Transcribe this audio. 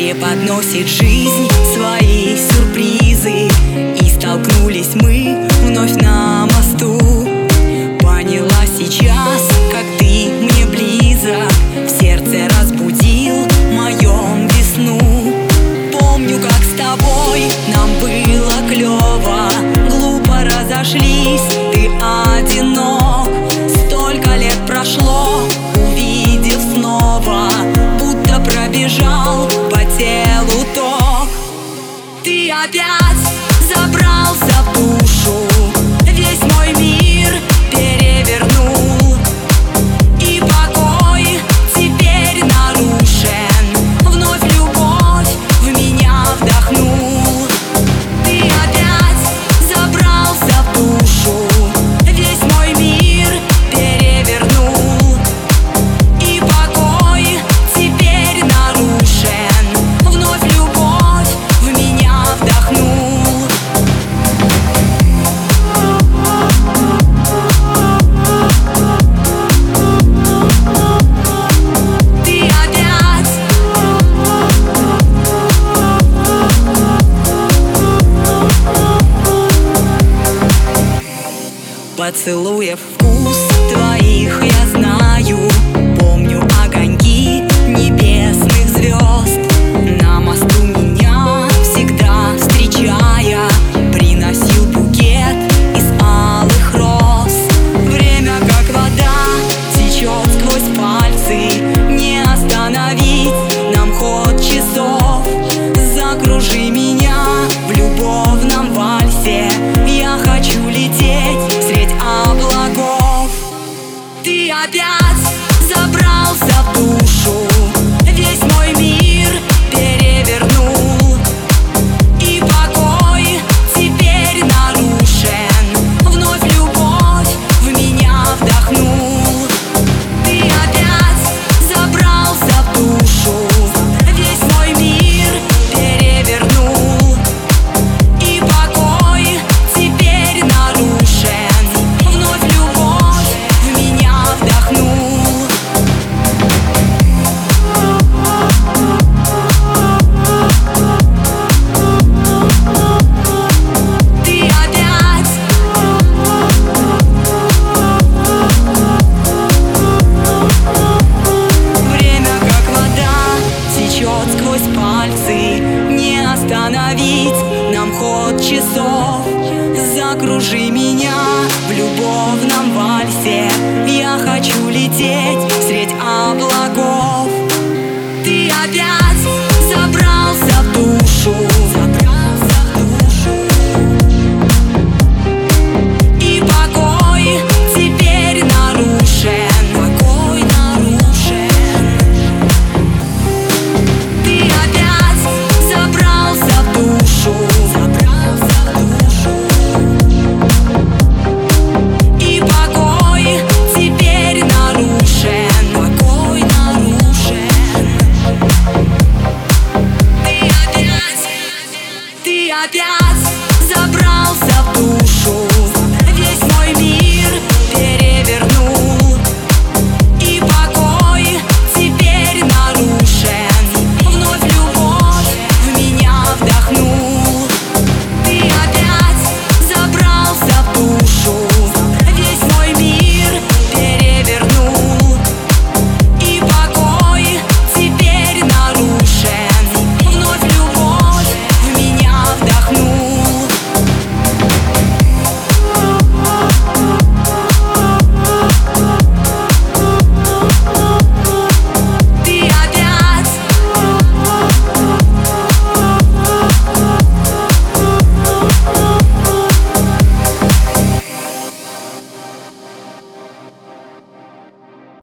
преподносит жизнь свои сюрпризы. И столкнулись мы вновь на мосту. Поняла сейчас, как ты мне близок, в сердце разбудил в моем весну. Помню, как с тобой нам было клево, глупо разошлись, ты одинок. Столько лет прошло, увидев снова, будто пробежал по телу ток. Ты опять забрался в душу, весь мой мир перевернул, и покой теперь нарушен, вновь любовь в меня вдохнул. Ты опять забрался в душу, весь мой мир перевернул, и покой теперь нарушен, вновь любовь в меня вдохнул. Поцелуев вкус твоих я знаю, помню огоньки небесных звезд. На мосту меня всегда встречая, приносил букет из алых роз. Время как вода течет сквозь пальцы, не остановить нам ход часов. Закружи меня в любовном вальсе, я хочу лететь средь облаков. Ты опять забрался в душу, весь мой мир перевернул, и покой теперь нарушен, вновь любовь в меня вдохнул. Ты опять забрался в душу, весь мой мир перевернул, и покой теперь нарушен, вновь любовь в меня вдохнул. Ты опять время как вода течет сквозь пальцы, не остановить нам ход часов. Закружи меня в любовном вальсе, я хочу лететь